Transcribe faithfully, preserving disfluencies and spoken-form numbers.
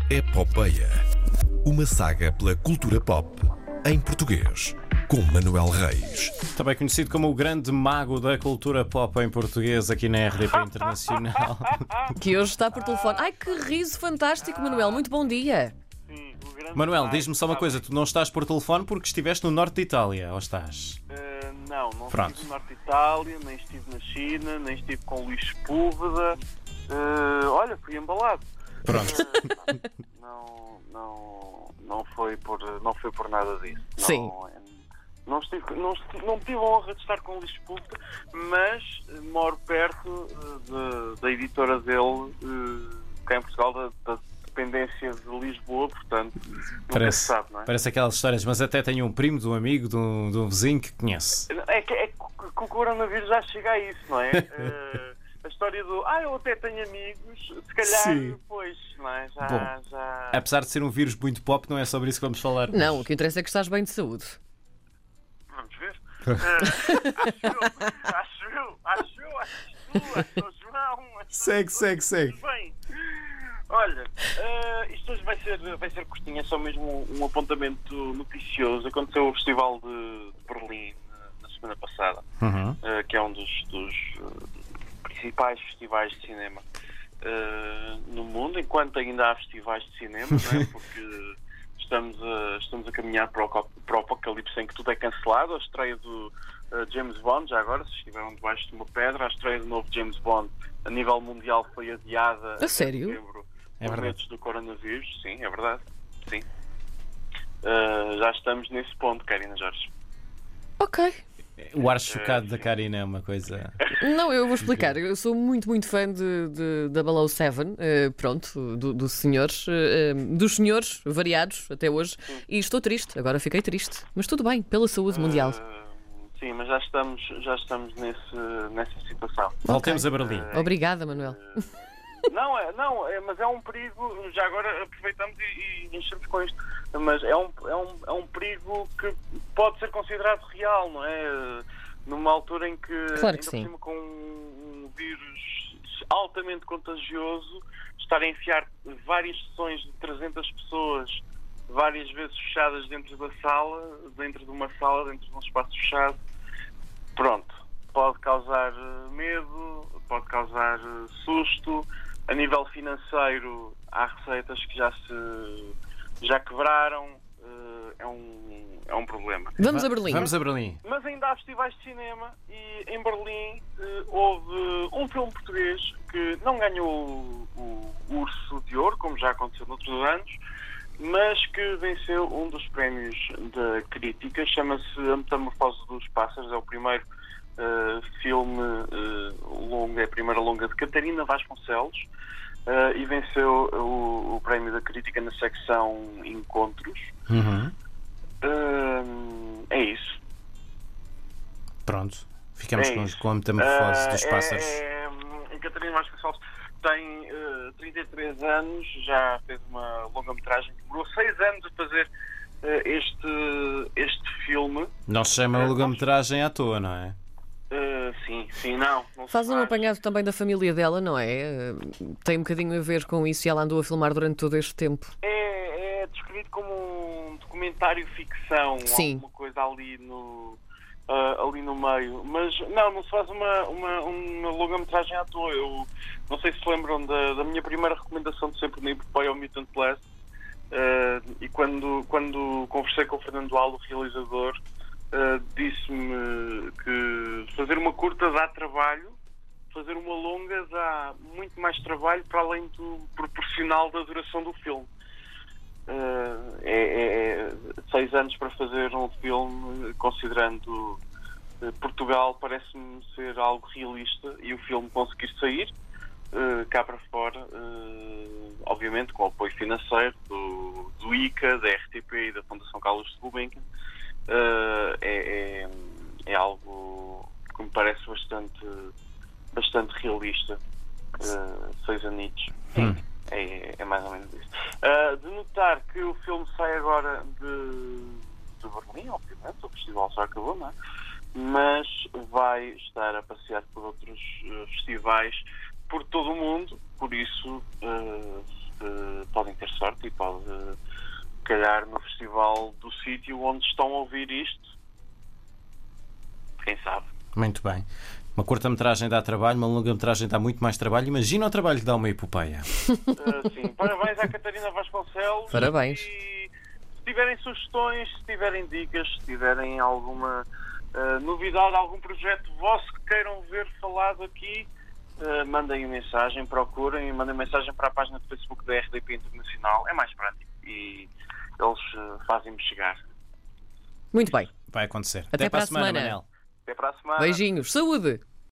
Epopeia. Uma saga pela cultura pop em português, com Manuel Reis. Também conhecido como o grande mago da cultura pop em português aqui na R D P Internacional. Que hoje está por telefone. Ai, que riso fantástico, Manuel. Muito bom dia. Sim, o grande Manuel, mago, diz-me só uma sabe? coisa. Tu não estás por telefone porque estiveste no norte de Itália, ou estás? Uh, não, não Pronto. estive no Norte de Itália, nem estive na China, nem estive com Luís Sepúlveda. Uh, olha, fui embalado. Pronto. Uh, não, não, não, foi por, não foi por nada disso. Não, Sim. Não, estive, não, estive, não tive a honra de estar com o Luís Sepúlveda, mas moro perto uh, de, da editora dele, uh, cá em Portugal, da, da dependência de Lisboa, portanto, nunca Parece, se sabe, não é? parece aquelas histórias, mas até tenho um primo, de um amigo, de um, de um vizinho que conhece. É que, é que o coronavírus já chega a isso, não é? Uh, a história do, ah, eu até tenho amigos, se calhar Sim. depois, não é? Já, Bom, já... Apesar de ser um vírus muito pop, não é sobre isso que vamos falar. Não, o que interessa é que estás bem de saúde. Vamos ver. Uh, acho eu, acho eu, acho eu, acho tu, acho o João. Acho Segue, segue, segue. bem. Olha, uh, isto hoje vai ser, vai ser curtinho, é só mesmo um, um apontamento noticioso. Aconteceu o Festival de, de Berlim na, na semana passada, Uhum. uh, que é um dos, dos uh, principais festivais de cinema uh, no mundo, enquanto ainda há festivais de cinema, não é? Porque estamos a, estamos a caminhar para o, para o apocalipse em que tudo é cancelado. A estreia do uh, James Bond, já agora, se estiveram debaixo de uma pedra, a estreia do novo James Bond a nível mundial foi adiada A sério? em setembro É por verdade. medos do coronavírus. Sim, é verdade. Sim. Uh, já estamos nesse ponto, Karina Jorge. Ok. O ar chocado da Karina é uma coisa. Não, eu vou explicar. Eu sou muito, muito fã de, de, da Below Seven, eh, pronto, do, dos senhores, eh, dos senhores variados até hoje, e estou triste. Agora fiquei triste. Mas tudo bem, pela saúde mundial. Uh, sim, mas já estamos, já estamos nesse, nessa situação. Voltemos a Berlim. Obrigada, Manuel. Não, é, não é, mas é um perigo, já agora aproveitamos e, e enchemos com isto, mas é um, é, um, é um perigo que pode ser considerado real, não é? Numa altura em que, Claro que ainda por sim. cima, com um vírus altamente contagioso, estar a enfiar várias sessões de trezentas pessoas, várias vezes fechadas dentro da sala, dentro de uma sala, dentro de um espaço fechado, pronto, pode causar medo, pode causar susto. A nível financeiro, há receitas que já se já quebraram, é um, é um problema. Vamos a Berlim. Vamos a Berlim. Mas ainda há festivais de cinema e em Berlim houve um filme português que não ganhou o, o Urso de Ouro, como já aconteceu noutros anos, mas que venceu um dos prémios da crítica. Chama-se A Metamorfose dos Pássaros, é o primeiro Uh, filme uh, longo, é a primeira longa de Catarina Vasconcelos, uh, e venceu o, o prémio da crítica na secção Encontros. Uhum. Uh, é isso. Pronto. Ficamos É com, isso. com a metamorfose Uh, dos é- pássaros. é, em Catarina Vasconcelos tem uh, trinta e três anos, já fez uma longa-metragem que demorou seis anos a fazer uh, este, este filme. Não se chama é, longa-metragem à toa, não é? Uh, sim, sim, não. não se Faz um apanhado também da família dela, não é? Eh, Tem um bocadinho a ver com isso e ela andou a filmar durante todo este tempo. É, é descrito como um documentário ficção, Sim. alguma coisa ali no, ah, ali no meio. Mas não, não se faz uma, uma, uma longa-metragem à toa. Eu não sei se se lembram da, da minha primeira recomendação de sempre no Epopeia ao Mutant Blast. Ah, e quando, quando conversei com o Fernando Aldo, o realizador, ah, disse-me que fazer uma curta dá trabalho, fazer uma longa dá muito mais trabalho para além do proporcional da duração do filme. Uh, é, é- é seis anos para fazer um filme, considerando uh, Portugal, parece-me ser algo realista, e o filme conseguir sair uh, cá para fora, uh, obviamente com o apoio financeiro do, do I C A, da R T P e da Fundação Carlos de Gulbenkian, uh, é, é, é algo que me parece bastante, bastante realista. Uh, seis anitos. Hum. É, é mais ou menos isso. Uh, de notar que o filme sai agora de, de Berlim, obviamente, o festival já acabou, não é? Mas vai estar a passear por outros uh, festivais por todo o mundo, por isso uh, uh, podem ter sorte. sorte e pode calhar no festival do sítio onde estão a ouvir isto. Quem sabe? Muito bem. Uma curta-metragem dá trabalho, uma longa-metragem dá muito mais trabalho. Imagina o trabalho que dá uma epopeia. Uh, sim, parabéns à Catarina Vasconcelos. Parabéns. E se tiverem sugestões, se tiverem dicas, se tiverem alguma uh, novidade, algum projeto vosso que queiram ver falado aqui, uh, mandem mensagem, procurem, mandem mensagem para a página do Facebook da R D P Internacional. É mais prático e eles uh, fazem-me chegar. Muito bem. Vai acontecer. Até, Até para a semana, semana. Manel. Até para a semana. Beijinhos. Saúde!